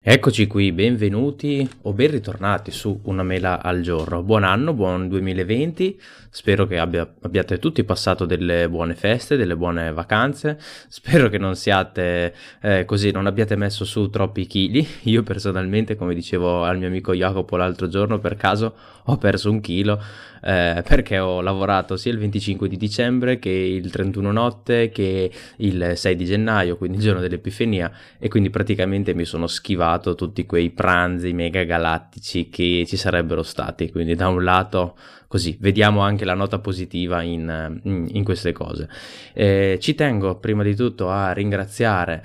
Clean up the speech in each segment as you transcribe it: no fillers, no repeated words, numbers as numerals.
Eccoci qui, benvenuti o ben ritornati su Una mela al giorno. Buon anno, buon 2020, spero che abbiate tutti passato delle buone feste, delle buone vacanze, spero che non siate non abbiate messo su troppi chili. Io personalmente, come dicevo al mio amico Jacopo l'altro giorno, per caso ho perso 1 chilo perché ho lavorato sia il 25 di dicembre che il 31 notte che il 6 di gennaio, quindi il giorno dell'Epifania, e quindi praticamente mi sono schivato tutti quei pranzi mega galattici che ci sarebbero stati. Quindi da un lato, così vediamo anche la nota positiva in queste cose. Ci tengo prima di tutto a ringraziare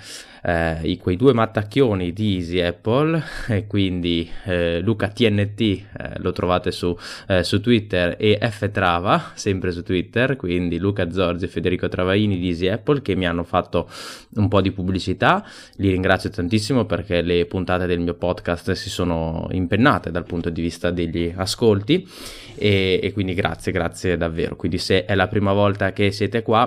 quei 2 mattacchioni di Easy Apple, e quindi Luca TNT, lo trovate su Twitter, e F Trava, sempre su Twitter, quindi Luca Zorzi e Federico Travaini di Easy Apple, che mi hanno fatto un po' di pubblicità. Li ringrazio tantissimo perché le puntate del mio podcast si sono impennate dal punto di vista degli ascolti, e quindi grazie davvero. Quindi se è la prima volta che siete qua,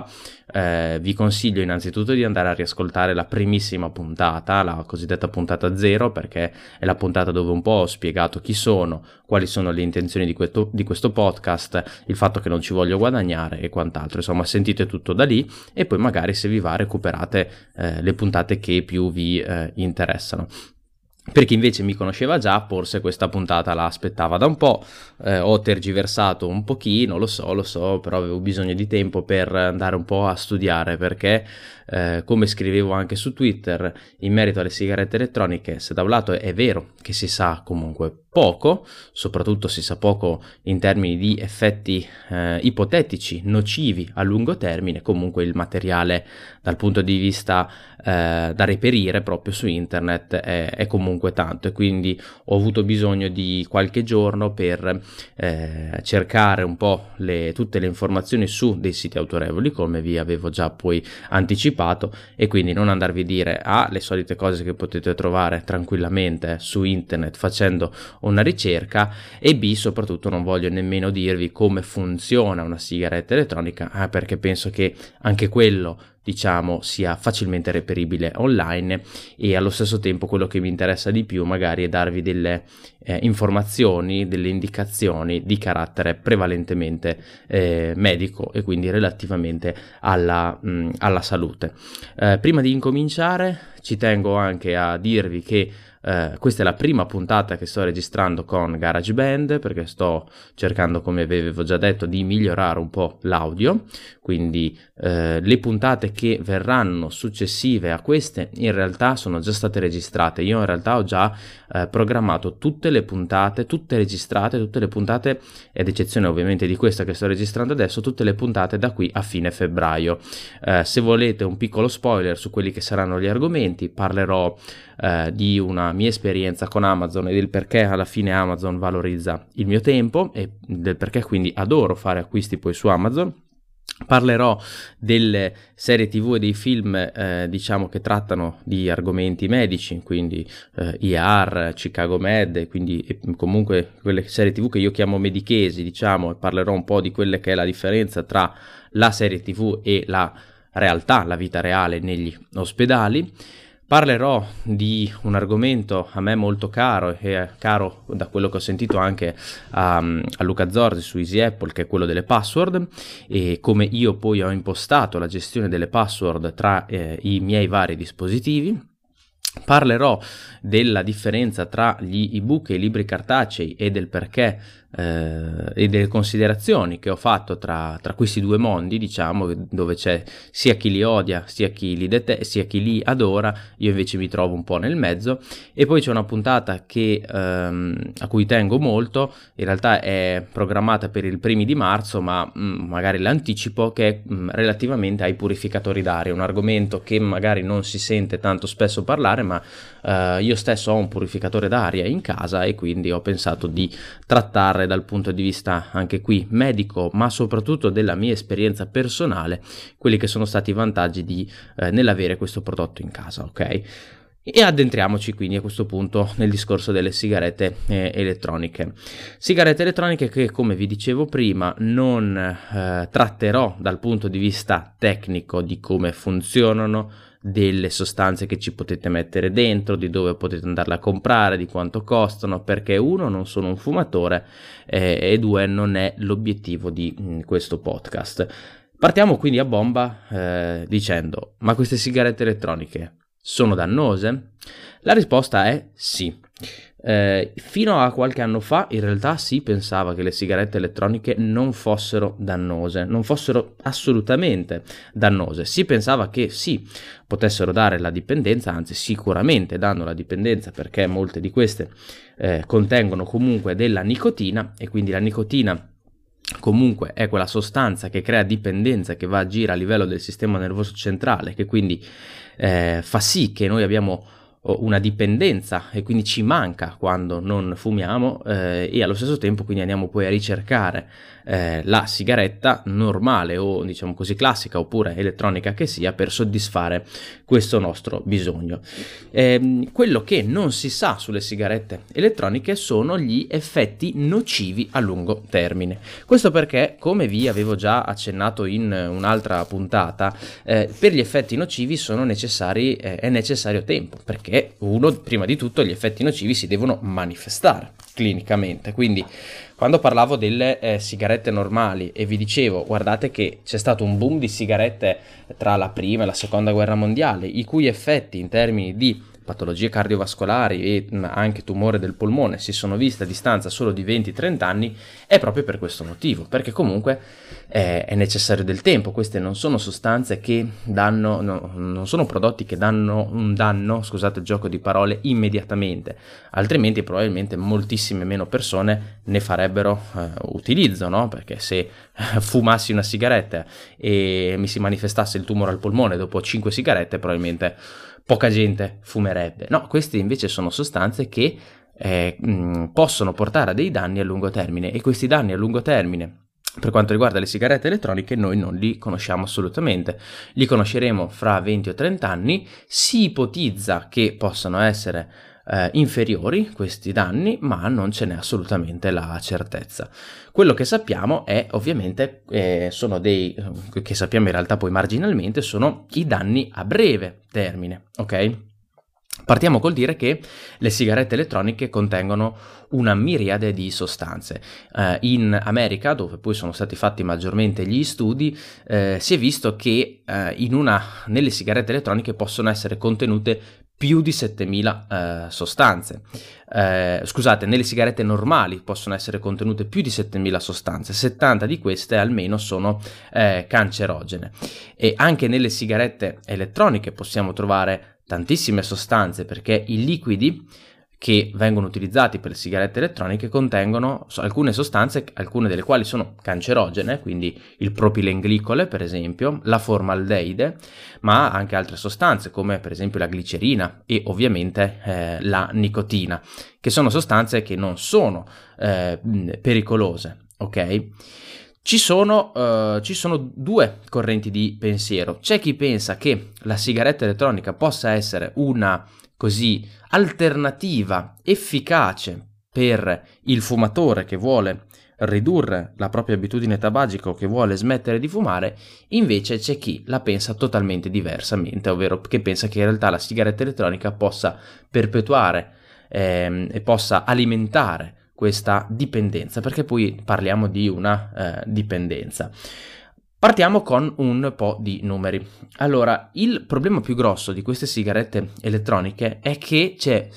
vi consiglio innanzitutto di andare a riascoltare la primissima puntata, la cosiddetta puntata 0, perché è la puntata dove un po' ho spiegato chi sono, quali sono le intenzioni di questo podcast, il fatto che non ci voglio guadagnare e quant'altro. Insomma, sentite tutto da lì, e poi magari, se vi va, recuperate le puntate che più vi interessano. Per chi invece mi conosceva già, forse questa puntata la aspettava da un po'. Ho tergiversato un pochino, lo so, però avevo bisogno di tempo per andare un po' a studiare, perché come scrivevo anche su Twitter in merito alle sigarette elettroniche, se da un lato è vero che si sa comunque poco, soprattutto si sa poco in termini di effetti ipotetici nocivi a lungo termine, comunque il materiale dal punto di vista da reperire proprio su internet è comunque tanto, e quindi ho avuto bisogno di qualche giorno per cercare un po' tutte le informazioni su dei siti autorevoli, come vi avevo già poi anticipato, e quindi non andarvi a dire le solite cose che potete trovare tranquillamente su internet facendo una ricerca, e B, soprattutto non voglio nemmeno dirvi come funziona una sigaretta elettronica, perché penso che anche quello, diciamo, sia facilmente reperibile online, e allo stesso tempo quello che mi interessa di più magari è darvi delle informazioni, delle indicazioni di carattere prevalentemente medico, e quindi relativamente alla salute. Prima di incominciare ci tengo anche a dirvi che questa è la prima puntata che sto registrando con GarageBand, perché sto cercando, come avevo già detto, di migliorare un po' l'audio. Quindi le puntate che verranno successive a queste in realtà sono già state registrate. Io in realtà ho già programmato tutte le puntate, tutte registrate, tutte le puntate, ad eccezione ovviamente di questa che sto registrando adesso, tutte le puntate da qui a fine febbraio. Se volete un piccolo spoiler su quelli che saranno gli argomenti, parlerò di una mia esperienza con Amazon e del perché alla fine Amazon valorizza il mio tempo, e del perché quindi adoro fare acquisti poi su Amazon. Parlerò delle serie TV e dei film diciamo che trattano di argomenti medici, quindi ER, Chicago Med, quindi comunque quelle serie TV che io chiamo medichesi, diciamo, e parlerò un po' di quelle che è la differenza tra la serie TV e la realtà, la vita reale negli ospedali. Parlerò di un argomento a me molto caro, e caro da quello che ho sentito anche a Luca Zorzi su Easy Apple, che è quello delle password, e come io poi ho impostato la gestione delle password tra i miei vari dispositivi. Parlerò della differenza tra gli ebook e i libri cartacei, e del perché e delle considerazioni che ho fatto tra questi due mondi, diciamo, dove c'è sia chi li odia, sia chi li adora. Io invece mi trovo un po' nel mezzo. E poi c'è una puntata che a cui tengo molto, in realtà è programmata per il 1 marzo, ma magari l'anticipo, che è relativamente ai purificatori d'aria, un argomento che magari non si sente tanto spesso parlare, ma io stesso ho un purificatore d'aria in casa, e quindi ho pensato di trattare dal punto di vista anche qui medico, ma soprattutto della mia esperienza personale, quelli che sono stati i vantaggi nell'avere questo prodotto in casa, ok? E addentriamoci quindi a questo punto nel discorso delle sigarette elettroniche. Sigarette elettroniche che, come vi dicevo prima, non tratterò dal punto di vista tecnico di come funzionano, delle sostanze che ci potete mettere dentro, di dove potete andarle a comprare, di quanto costano, perché uno, non sono un fumatore, e due, non è l'obiettivo di questo podcast. Partiamo quindi a bomba dicendo: ma queste sigarette elettroniche sono dannose? La risposta è sì. Fino a qualche anno fa in realtà si pensava che le sigarette elettroniche non fossero dannose, non fossero assolutamente dannose. Si pensava che sì, potessero dare la dipendenza, anzi sicuramente danno la dipendenza, perché molte di queste contengono comunque della nicotina, e quindi la nicotina comunque è quella sostanza che crea dipendenza, che va a agire a livello del sistema nervoso centrale, che quindi fa sì che noi abbiamo una dipendenza e quindi ci manca quando non fumiamo, e allo stesso tempo quindi andiamo poi a ricercare la sigaretta normale o diciamo così classica oppure elettronica che sia, per soddisfare questo nostro bisogno. Quello che non si sa sulle sigarette elettroniche sono gli effetti nocivi a lungo termine. Questo perché, come vi avevo già accennato in un'altra puntata, per gli effetti nocivi è necessario tempo, perché prima di tutto gli effetti nocivi si devono manifestare clinicamente. Quindi quando parlavo delle sigarette normali e vi dicevo guardate che c'è stato un boom di sigarette tra la prima e la seconda guerra mondiale, i cui effetti in termini di patologie cardiovascolari e anche tumore del polmone si sono viste a distanza solo di 20-30 anni, è proprio per questo motivo, perché comunque è necessario del tempo. Queste non sono sostanze che danno, non sono prodotti che danno un danno, scusate il gioco di parole, immediatamente, altrimenti probabilmente moltissime meno persone ne farebbero utilizzo, no? Perché se fumassi una sigaretta e mi si manifestasse il tumore al polmone dopo 5 sigarette, probabilmente poca gente fumerebbe. No, queste invece sono sostanze che possono portare a dei danni a lungo termine, e questi danni a lungo termine, per quanto riguarda le sigarette elettroniche, noi non li conosciamo assolutamente. Li conosceremo fra 20 o 30 anni. Si ipotizza che possano essere inferiori questi danni, ma non ce n'è assolutamente la certezza. Quello che sappiamo è ovviamente sono che sappiamo in realtà poi marginalmente, sono i danni a breve termine, ok? Partiamo col dire che le sigarette elettroniche contengono una miriade di sostanze. In America, dove poi sono stati fatti maggiormente gli studi, si è visto che nelle sigarette elettroniche possono essere contenute più di 7000 sostanze. Nelle sigarette normali possono essere contenute più di 7000 sostanze, 70 di queste almeno sono cancerogene. E anche nelle sigarette elettroniche possiamo trovare tantissime sostanze, perché i liquidi che vengono utilizzati per le sigarette elettroniche contengono alcune sostanze, alcune delle quali sono cancerogene, quindi il propilenglicole per esempio, la formaldeide, ma anche altre sostanze come per esempio la glicerina e ovviamente la nicotina, che sono sostanze che non sono pericolose, ok? Ci sono due correnti di pensiero. C'è chi pensa che la sigaretta elettronica possa essere una così alternativa efficace per il fumatore che vuole ridurre la propria abitudine tabagica o che vuole smettere di fumare. Invece c'è chi la pensa totalmente diversamente, ovvero che pensa che in realtà la sigaretta elettronica possa perpetuare e possa alimentare questa dipendenza, perché poi parliamo di una dipendenza. Partiamo con un po' di numeri. Allora, il problema più grosso di queste sigarette elettroniche è che c'è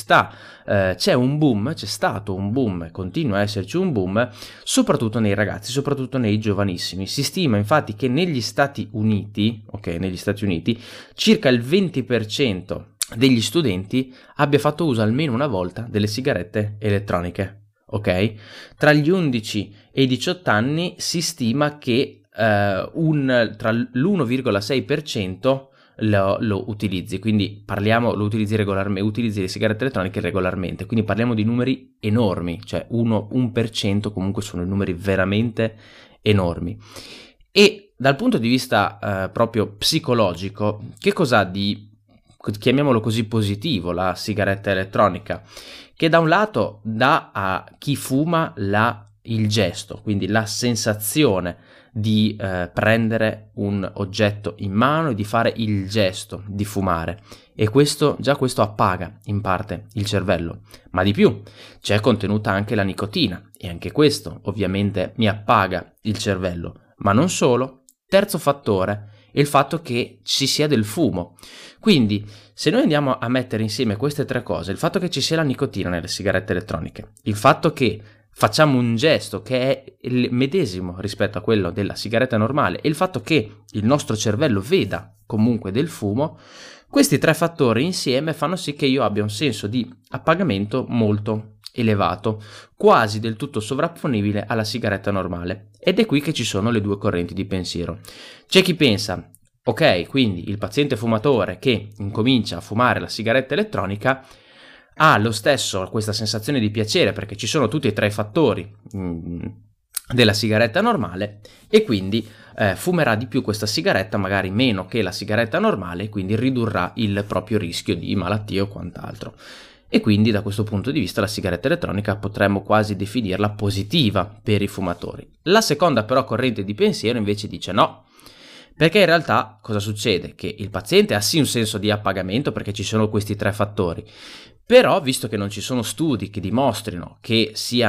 stato un boom, continua a esserci un boom, soprattutto nei ragazzi, soprattutto nei giovanissimi. Si stima infatti che negli Stati Uniti, circa il 20% degli studenti abbia fatto uso almeno una volta delle sigarette elettroniche, ok? Tra gli 11 e i 18 anni si stima che tra l'1,6% lo utilizzi, quindi utilizzi le sigarette elettroniche regolarmente, quindi parliamo di numeri enormi, cioè 1% comunque sono numeri veramente enormi. E dal punto di vista proprio psicologico, che cosa di, chiamiamolo così, positivo la sigaretta elettronica? Che da un lato dà a chi fuma il gesto, quindi la sensazione di prendere un oggetto in mano e di fare il gesto di fumare, e già questo appaga in parte il cervello. Ma di più, c'è contenuta anche la nicotina e anche questo ovviamente mi appaga il cervello. Ma non solo, terzo fattore è il fatto che ci sia del fumo. Quindi se noi andiamo a mettere insieme queste tre cose, il fatto che ci sia la nicotina nelle sigarette elettroniche, il fatto che facciamo un gesto che è il medesimo rispetto a quello della sigaretta normale e il fatto che il nostro cervello veda comunque del fumo, questi tre fattori insieme fanno sì che io abbia un senso di appagamento molto elevato, quasi del tutto sovrapponibile alla sigaretta normale. Ed è qui che ci sono le due correnti di pensiero. C'è chi pensa: ok, quindi il paziente fumatore che incomincia a fumare la sigaretta elettronica ha lo stesso questa sensazione di piacere perché ci sono tutti e tre i fattori della sigaretta normale, e quindi fumerà di più questa sigaretta, magari meno che la sigaretta normale, e quindi ridurrà il proprio rischio di malattie o quant'altro. E quindi da questo punto di vista la sigaretta elettronica potremmo quasi definirla positiva per i fumatori. La seconda però corrente di pensiero invece dice no, perché in realtà cosa succede? Che il paziente ha sì un senso di appagamento perché ci sono questi tre fattori, però visto che non ci sono studi che dimostrino che sia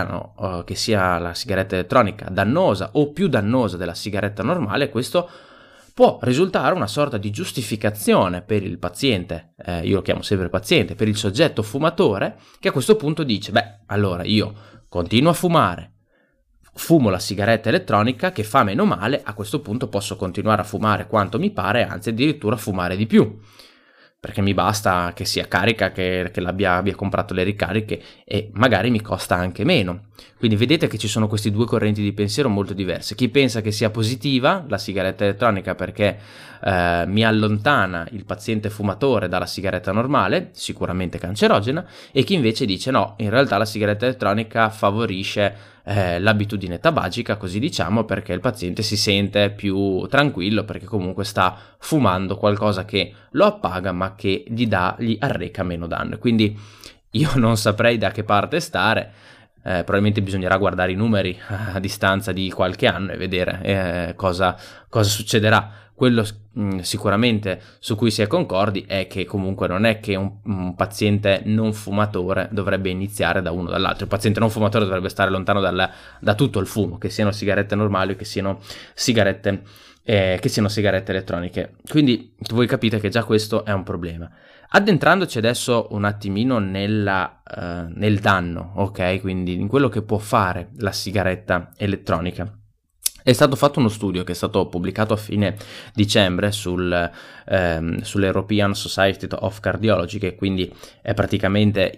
la sigaretta elettronica dannosa o più dannosa della sigaretta normale, questo può risultare una sorta di giustificazione per il paziente, io lo chiamo sempre paziente, per il soggetto fumatore, che a questo punto dice: beh, allora io continuo a fumare, fumo la sigaretta elettronica che fa meno male, a questo punto posso continuare a fumare quanto mi pare, anzi addirittura fumare di più, perché mi basta che sia carica, che abbia comprato le ricariche, e magari mi costa anche meno. Quindi vedete che ci sono questi due correnti di pensiero molto diverse. Chi pensa che sia positiva la sigaretta elettronica perché mi allontana il paziente fumatore dalla sigaretta normale, sicuramente cancerogena, e chi invece dice no, in realtà la sigaretta elettronica favorisce l'abitudine tabagica, così diciamo, perché il paziente si sente più tranquillo perché comunque sta fumando qualcosa che lo appaga ma che gli arreca meno danno. Quindi io non saprei da che parte stare, probabilmente bisognerà guardare i numeri a distanza di qualche anno e vedere cosa succederà. Quello sicuramente su cui si è concordi è che comunque non è che un paziente non fumatore dovrebbe iniziare da uno o dall'altro. Il paziente non fumatore dovrebbe stare lontano da tutto il fumo, che siano sigarette normali o che siano sigarette elettroniche. Quindi voi capite che già questo è un problema. Addentrandoci adesso un attimino nel danno, ok? Quindi in quello che può fare la sigaretta elettronica. È stato fatto uno studio che è stato pubblicato a fine dicembre sull'European Society of Cardiology, che quindi è praticamente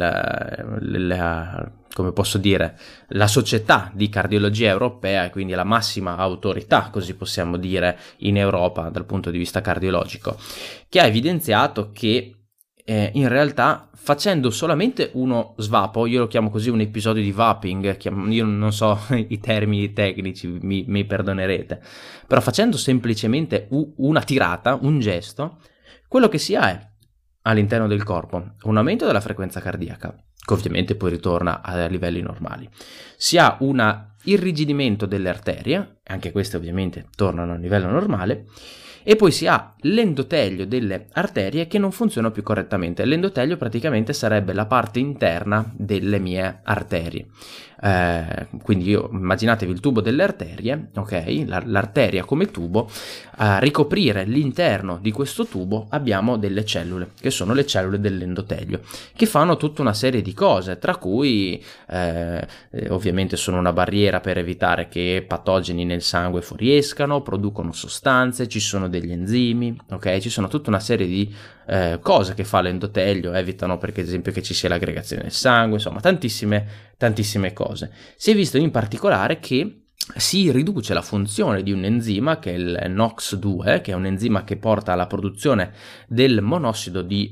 come posso dire, la società di cardiologia europea, e quindi la massima autorità, così possiamo dire, in Europa dal punto di vista cardiologico, che ha evidenziato che in realtà facendo solamente uno svapo, io lo chiamo così un episodio di vaping, io non so i termini tecnici, mi perdonerete, però facendo semplicemente una tirata, un gesto, quello che si ha è all'interno del corpo un aumento della frequenza cardiaca, che ovviamente poi ritorna a livelli normali, si ha un irrigidimento delle arterie, anche queste ovviamente tornano a livello normale, e poi si ha l'endotelio delle arterie che non funziona più correttamente. L'endotelio praticamente sarebbe la parte interna delle mie arterie. Quindi immaginatevi il tubo delle arterie, ok? L'arteria come tubo, a ricoprire l'interno di questo tubo abbiamo delle cellule, che sono le cellule dell'endotelio, che fanno tutta una serie di cose, tra cui ovviamente sono una barriera per evitare che patogeni nel sangue fuoriescano, producono sostanze, ci sono degli enzimi, ok? Ci sono tutta una serie di cose che fa l'endotelio, evitano per esempio che ci sia l'aggregazione del sangue, insomma tantissime cose. Si è visto in particolare che si riduce la funzione di un enzima che è il NOX2, che è un enzima che porta alla produzione del monossido di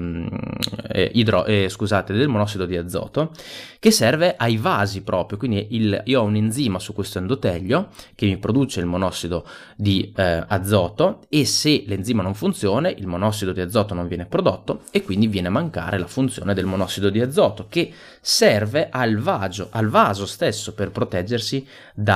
del monossido di azoto, che serve ai vasi proprio. Quindi io ho un enzima su questo endotelio che mi produce il monossido di azoto, e se l'enzima non funziona il monossido di azoto non viene prodotto e quindi viene a mancare la funzione del monossido di azoto, che serve al vaso stesso per proteggersi da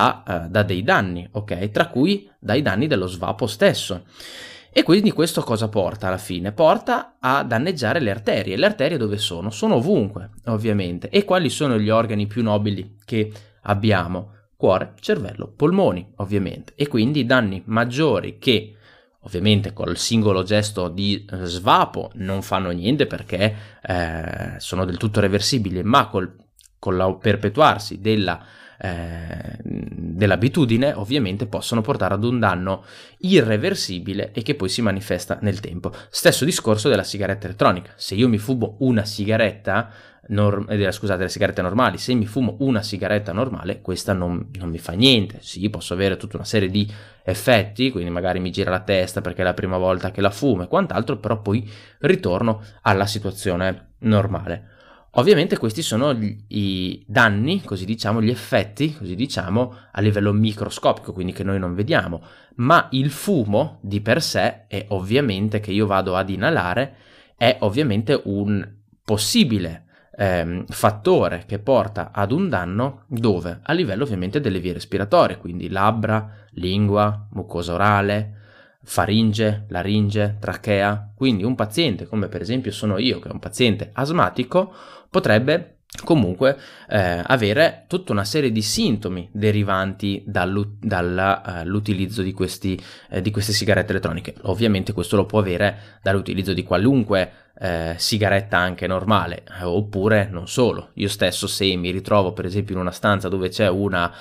da dei danni, ok? Tra cui dai danni dello svapo stesso. E quindi questo cosa porta alla fine? Porta a danneggiare le arterie. Le arterie dove sono? Sono ovunque, ovviamente. E quali sono gli organi più nobili che abbiamo? Cuore, cervello, polmoni, ovviamente. E quindi i danni maggiori che ovviamente col singolo gesto di svapo non fanno niente perché sono del tutto reversibili, ma con il perpetuarsi dell'abitudine ovviamente possono portare ad un danno irreversibile e che poi si manifesta nel tempo. Stesso discorso della sigaretta elettronica. Se io mi fumo una sigaretta, le sigarette normali, se mi fumo una sigaretta normale, questa non mi fa niente. Sì, posso avere tutta una serie di effetti, quindi magari mi gira la testa perché è la prima volta che la fumo e quant'altro, però poi ritorno alla situazione normale. Ovviamente questi sono i danni, così diciamo, gli effetti, così diciamo, a livello microscopico, quindi che noi non vediamo, ma il fumo di per sé, è ovviamente che io vado ad inalare, è ovviamente un possibile fattore che porta ad un danno dove? A livello ovviamente delle vie respiratorie, quindi labbra, lingua, mucosa orale, faringe, laringe, trachea. Quindi un paziente come per esempio sono io, che è un paziente asmatico, potrebbe comunque avere tutta una serie di sintomi derivanti dall'utilizzo di queste sigarette elettroniche. Ovviamente questo lo può avere dall'utilizzo di qualunque sigaretta anche normale, oppure non solo. Io stesso, se mi ritrovo per esempio in una stanza dove c'è una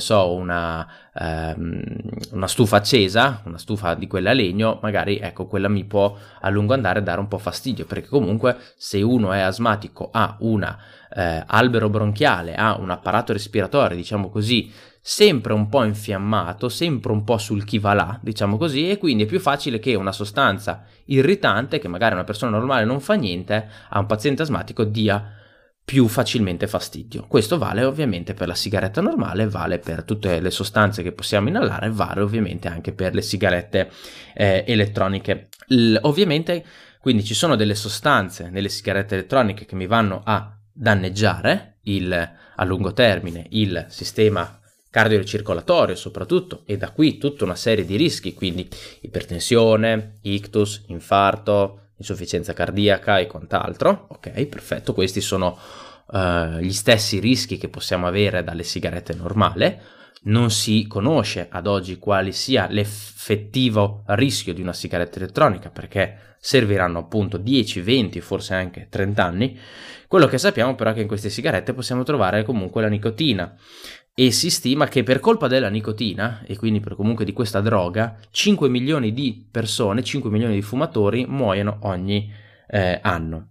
stufa accesa, una stufa di quella a legno, magari ecco quella mi può a lungo andare dare un po' fastidio, perché comunque se uno è asmatico, ha una albero bronchiale, ha un apparato respiratorio, diciamo così, sempre un po' infiammato, sempre un po' sul chi va là, diciamo così, e quindi è più facile che una sostanza irritante, che magari una persona normale non fa niente, a un paziente asmatico dia più facilmente fastidio. Questo vale ovviamente per la sigaretta normale, vale per tutte le sostanze che possiamo inalare, vale ovviamente anche per le sigarette elettroniche. Ovviamente quindi ci sono delle sostanze nelle sigarette elettroniche che mi vanno a danneggiare a lungo termine il sistema cardiocircolatorio soprattutto, e da qui tutta una serie di rischi, quindi ipertensione, ictus, infarto, insufficienza cardiaca e quant'altro. Ok, perfetto, questi sono gli stessi rischi che possiamo avere dalle sigarette normali. Non si conosce ad oggi quale sia l'effettivo rischio di una sigaretta elettronica, perché serviranno appunto 10, 20, forse anche 30 anni. Quello che sappiamo però è che in queste sigarette possiamo trovare comunque la nicotina, e si stima che per colpa della nicotina, e quindi per comunque di questa droga, 5 milioni di persone, 5 milioni di fumatori muoiono ogni anno.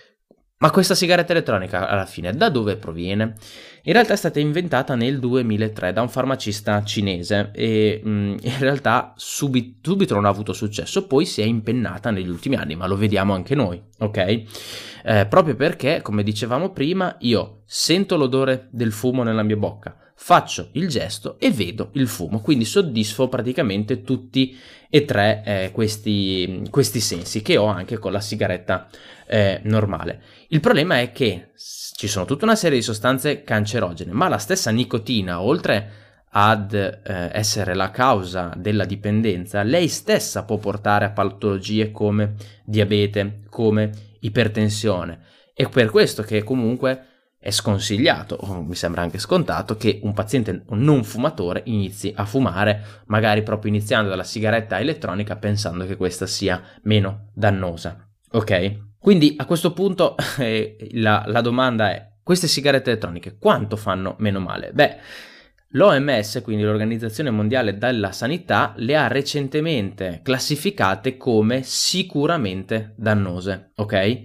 Ma questa sigaretta elettronica alla fine da dove proviene? In realtà è stata inventata nel 2003 da un farmacista cinese e in realtà subito non ha avuto successo, poi si è impennata negli ultimi anni, ma lo vediamo anche noi, ok? Proprio perché, come dicevamo prima, io sento l'odore del fumo nella mia bocca, faccio il gesto e vedo il fumo, quindi soddisfo praticamente tutti e tre questi sensi che ho anche con la sigaretta normale. Il problema è che ci sono tutta una serie di sostanze cancerogene, ma la stessa nicotina, oltre ad essere la causa della dipendenza, lei stessa può portare a patologie come diabete, come ipertensione. È per questo che comunque è sconsigliato, o mi sembra anche scontato, che un paziente non fumatore inizi a fumare, magari proprio iniziando dalla sigaretta elettronica, pensando che questa sia meno dannosa. Ok? Quindi a questo punto la domanda è: queste sigarette elettroniche quanto fanno meno male? Beh, l'OMS, quindi l'Organizzazione Mondiale della Sanità, le ha recentemente classificate come sicuramente dannose, ok?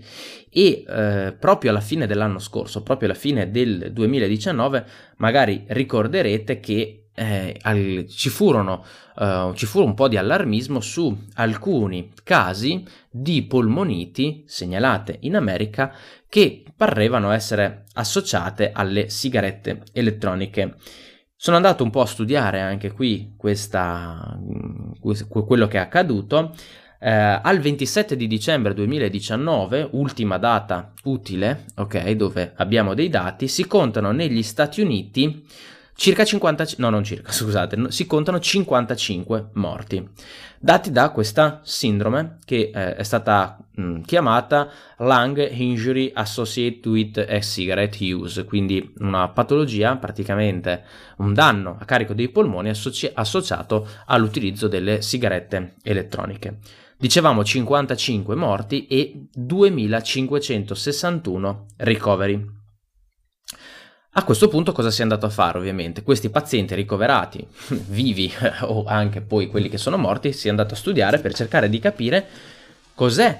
E proprio alla fine dell'anno scorso, proprio alla fine del 2019, magari ricorderete che ci fu un po' di allarmismo su alcuni casi di polmoniti segnalate in America che parevano essere associate alle sigarette elettroniche. Sono andato un po' a studiare anche qui quello che è accaduto. Al 27 di dicembre 2019, ultima data utile, ok, dove abbiamo dei dati, si contano negli Stati Uniti circa 50, no non circa, scusate, si contano 55 morti, dati da questa sindrome che è stata chiamata Lung Injury Associated with a Cigarette Use, quindi una patologia, praticamente un danno a carico dei polmoni associato all'utilizzo delle sigarette elettroniche. Dicevamo 55 morti e 2561 ricoveri. A questo punto cosa si è andato a fare? Ovviamente questi pazienti ricoverati, vivi o anche poi quelli che sono morti, si è andato a studiare per cercare di capire cos'è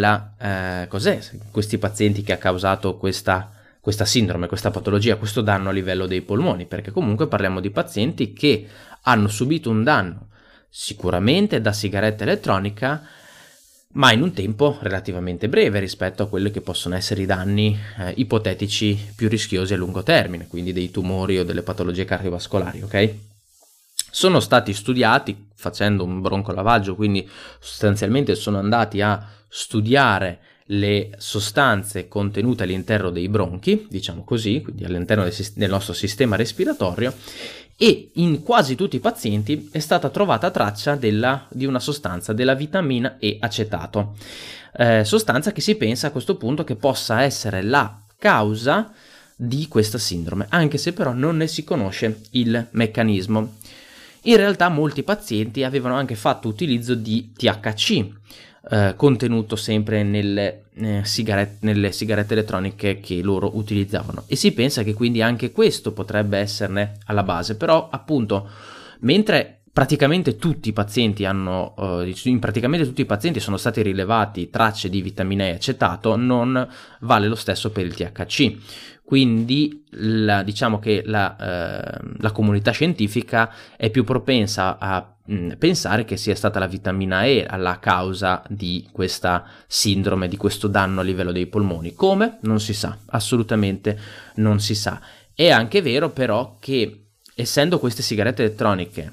questi pazienti che ha causato questa sindrome, questa patologia, questo danno a livello dei polmoni, perché comunque parliamo di pazienti che hanno subito un danno sicuramente da sigaretta elettronica, ma in un tempo relativamente breve rispetto a quelli che possono essere i danni ipotetici più rischiosi a lungo termine, quindi dei tumori o delle patologie cardiovascolari, ok? Sono stati studiati facendo un broncolavaggio, quindi sostanzialmente sono andati a studiare le sostanze contenute all'interno dei bronchi, diciamo così, quindi all'interno del nostro sistema respiratorio, e in quasi tutti i pazienti è stata trovata traccia di una sostanza, della vitamina E acetato, sostanza che si pensa a questo punto che possa essere la causa di questa sindrome, anche se però non ne si conosce il meccanismo. In realtà molti pazienti avevano anche fatto utilizzo di THC, contenuto sempre nelle sigarette elettroniche che loro utilizzavano, e si pensa che quindi anche questo potrebbe esserne alla base. Però appunto, mentre praticamente tutti i pazienti in praticamente tutti i pazienti sono state rilevati tracce di vitamina E acetato, non vale lo stesso per il THC. Quindi diciamo che la comunità scientifica è più propensa a pensare che sia stata la vitamina E alla causa di questa sindrome, di questo danno a livello dei polmoni. Come? Non si sa, assolutamente non si sa. È anche vero però che, essendo queste sigarette elettroniche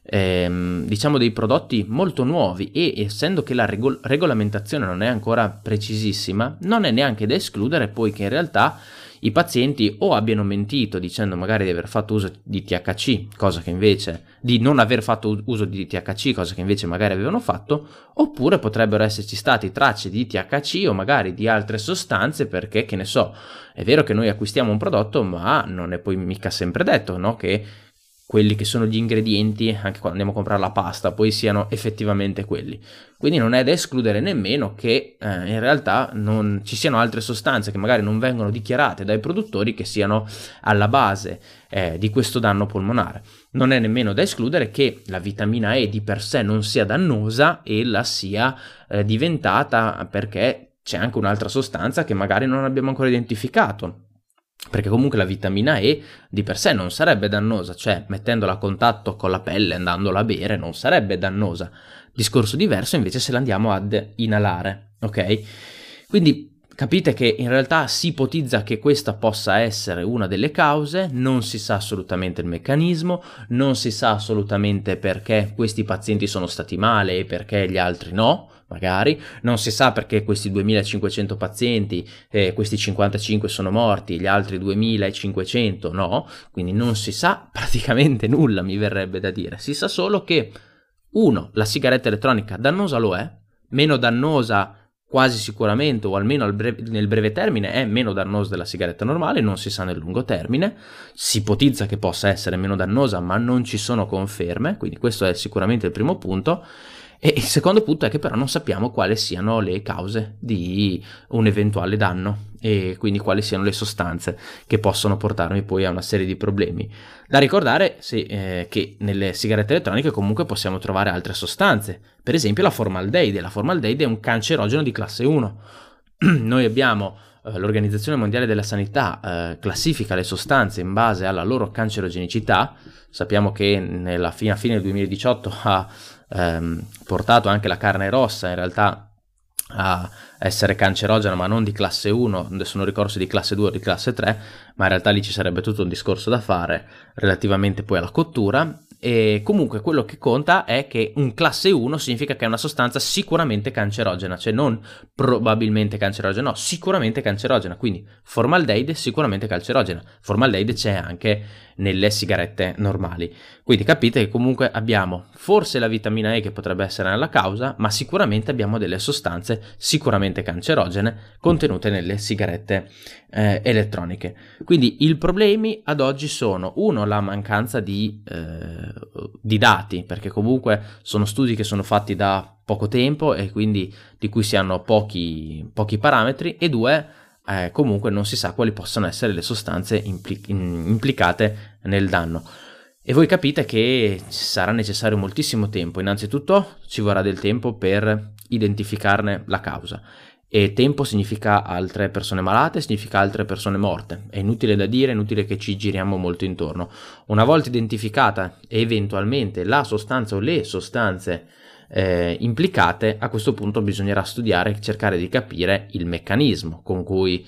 diciamo dei prodotti molto nuovi, e essendo che la regolamentazione non è ancora precisissima, non è neanche da escludere poi che in realtà i pazienti o abbiano mentito dicendo magari di aver fatto uso di THC, cosa che invece di non aver fatto uso di THC, cosa che invece magari avevano fatto, oppure potrebbero esserci stati tracce di THC o magari di altre sostanze, perché, che ne so, è vero che noi acquistiamo un prodotto, ma non è poi mica sempre detto, no, che quelli che sono gli ingredienti, anche quando andiamo a comprare la pasta, poi siano effettivamente quelli. Quindi non è da escludere nemmeno che in realtà non ci siano altre sostanze che magari non vengono dichiarate dai produttori che siano alla base di questo danno polmonare. Non è nemmeno da escludere che la vitamina E di per sé non sia dannosa e la sia diventata perché c'è anche un'altra sostanza che magari non abbiamo ancora identificato. Perché comunque la vitamina E di per sé non sarebbe dannosa, cioè mettendola a contatto con la pelle, andandola a bere, non sarebbe dannosa. Discorso diverso invece se la andiamo ad inalare, ok? Quindi capite che in realtà si ipotizza che questa possa essere una delle cause, non si sa assolutamente il meccanismo, non si sa assolutamente perché questi pazienti sono stati male e perché gli altri no. Magari non si sa perché questi 2500 pazienti, questi 55 sono morti, gli altri 2500 no, quindi non si sa praticamente nulla, mi verrebbe da dire. Si sa solo che, uno, la sigaretta elettronica dannosa lo è, meno dannosa quasi sicuramente, o almeno nel breve termine è meno dannosa della sigaretta normale, non si sa nel lungo termine, si ipotizza che possa essere meno dannosa ma non ci sono conferme, quindi questo è sicuramente il primo punto. E il secondo punto è che però non sappiamo quali siano le cause di un eventuale danno e quindi quali siano le sostanze che possono portarmi poi a una serie di problemi. Da ricordare che nelle sigarette elettroniche comunque possiamo trovare altre sostanze, per esempio la formaldeide. La formaldeide è un cancerogeno di classe 1. Noi abbiamo l'Organizzazione Mondiale della Sanità classifica le sostanze in base alla loro cancerogenicità. Sappiamo che a fine del 2018 ha portato anche la carne rossa in realtà a essere cancerogena, ma non di classe 1, adesso non ricordo se di classe 2 o di classe 3, ma in realtà lì ci sarebbe tutto un discorso da fare relativamente poi alla cottura. E comunque quello che conta è che un classe 1 significa che è una sostanza sicuramente cancerogena, cioè non probabilmente cancerogena, no, sicuramente cancerogena. Quindi formaldeide sicuramente cancerogena. Formaldeide c'è anche nelle sigarette normali. Quindi capite che comunque abbiamo forse la vitamina E che potrebbe essere la causa, ma sicuramente abbiamo delle sostanze sicuramente cancerogene contenute nelle sigarette elettroniche. Quindi i problemi ad oggi sono, uno, la mancanza di dati, perché comunque sono studi che sono fatti da poco tempo e quindi di cui si hanno pochi parametri, e due, comunque non si sa quali possano essere le sostanze implicate nel danno. E voi capite che sarà necessario moltissimo tempo. Innanzitutto ci vorrà del tempo per identificarne la causa, e tempo significa altre persone malate, significa altre persone morte. È inutile da dire, è inutile che ci giriamo molto intorno. Una volta identificata eventualmente la sostanza o le sostanze implicate, a questo punto bisognerà studiare e cercare di capire il meccanismo con cui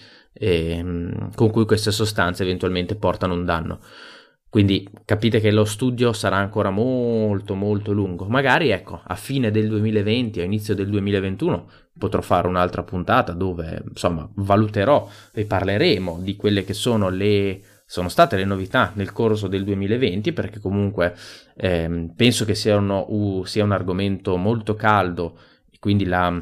queste sostanze eventualmente portano un danno. Quindi capite che lo studio sarà ancora molto molto lungo. Magari, ecco, a fine del 2020 o inizio del 2021 potrò fare un'altra puntata dove, insomma, valuterò e parleremo di quelle che sono state le novità nel corso del 2020, perché comunque penso che sia un argomento molto caldo, e quindi la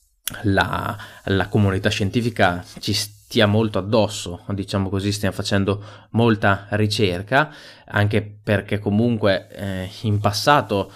comunità scientifica ci stia molto addosso, diciamo così, stiamo facendo molta ricerca, anche perché comunque in passato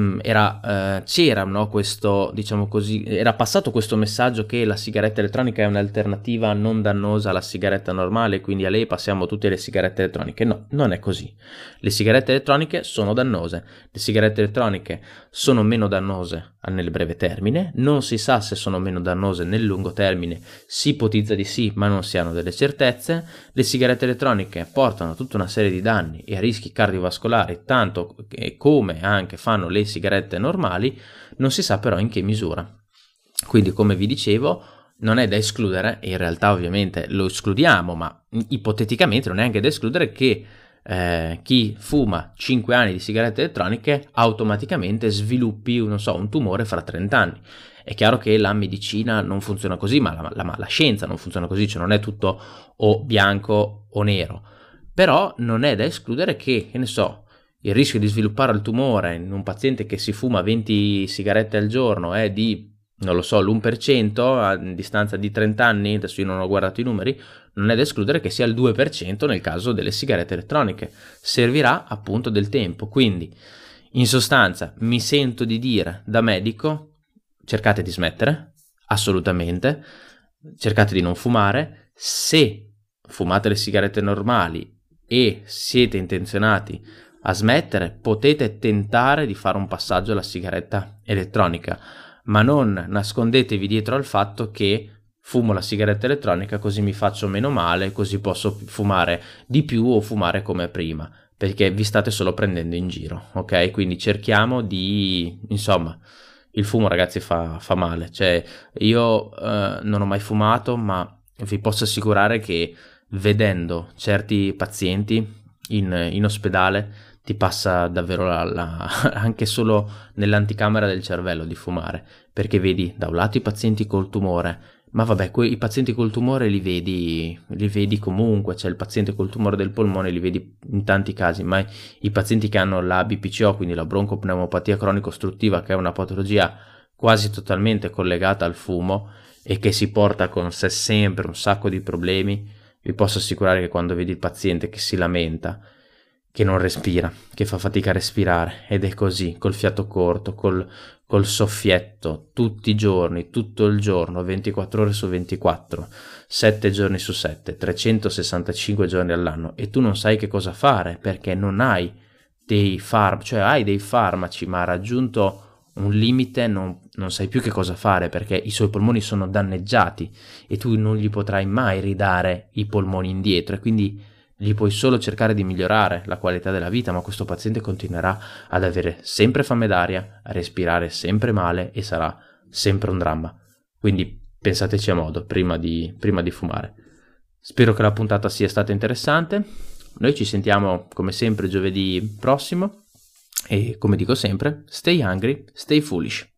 c'era, no, questo, diciamo così, era passato questo messaggio che la sigaretta elettronica è un'alternativa non dannosa alla sigaretta normale, quindi a lei passiamo tutte le sigarette elettroniche. No, non è così. Le sigarette elettroniche sono dannose, le sigarette elettroniche sono meno dannose nel breve termine, non si sa se sono meno dannose nel lungo termine, si ipotizza di sì, ma non si hanno delle certezze. Le sigarette elettroniche portano tutta una serie di danni e rischi cardiovascolari, tanto come anche fanno le sigarette normali, non si sa però in che misura. Quindi, come vi dicevo, non è da escludere, e in realtà ovviamente lo escludiamo, ma ipoteticamente non è anche da escludere che chi fuma 5 anni di sigarette elettroniche automaticamente sviluppi, non so, un tumore fra 30 anni. È chiaro che la medicina non funziona così, ma la scienza non funziona così, cioè non è tutto o bianco o nero. Però non è da escludere che ne so, il rischio di sviluppare il tumore in un paziente che si fuma 20 sigarette al giorno è di, non lo so, l'1% a distanza di 30 anni, adesso io non ho guardato i numeri, non è da escludere che sia il 2% nel caso delle sigarette elettroniche. Servirà appunto del tempo. Quindi, in sostanza, mi sento di dire da medico: cercate di smettere, assolutamente, cercate di non fumare. Se fumate le sigarette normali e siete intenzionati a smettere, potete tentare di fare un passaggio alla sigaretta elettronica, ma non nascondetevi dietro al fatto che fumo la sigaretta elettronica così mi faccio meno male, così posso fumare di più o fumare come prima, perché vi state solo prendendo in giro, ok? Quindi cerchiamo di, insomma, il fumo, ragazzi, fa male. Cioè, io non ho mai fumato, ma vi posso assicurare che vedendo certi pazienti in ospedale ti passa davvero anche solo nell'anticamera del cervello di fumare, perché vedi da un lato i pazienti col tumore, ma vabbè, i pazienti col tumore li vedi comunque, cioè il paziente col tumore del polmone li vedi in tanti casi, ma i pazienti che hanno la BPCO, quindi la broncopneumopatia cronico ostruttiva, che è una patologia quasi totalmente collegata al fumo e che si porta con sé sempre un sacco di problemi, vi posso assicurare che quando vedi il paziente che si lamenta, che non respira, che fa fatica a respirare, ed è così, col fiato corto, col soffietto, tutti i giorni, tutto il giorno, 24 ore su 24, 7 giorni su 7, 365 giorni all'anno, e tu non sai che cosa fare perché non hai dei farmaci, cioè hai dei farmaci, ma ha raggiunto un limite, non sai più che cosa fare perché i suoi polmoni sono danneggiati e tu non gli potrai mai ridare i polmoni indietro, e quindi gli puoi solo cercare di migliorare la qualità della vita, ma questo paziente continuerà ad avere sempre fame d'aria, a respirare sempre male e sarà sempre un dramma. Quindi pensateci a modo prima di fumare. Spero che la puntata sia stata interessante. Noi ci sentiamo come sempre giovedì prossimo. E come dico sempre, stay hungry, stay foolish.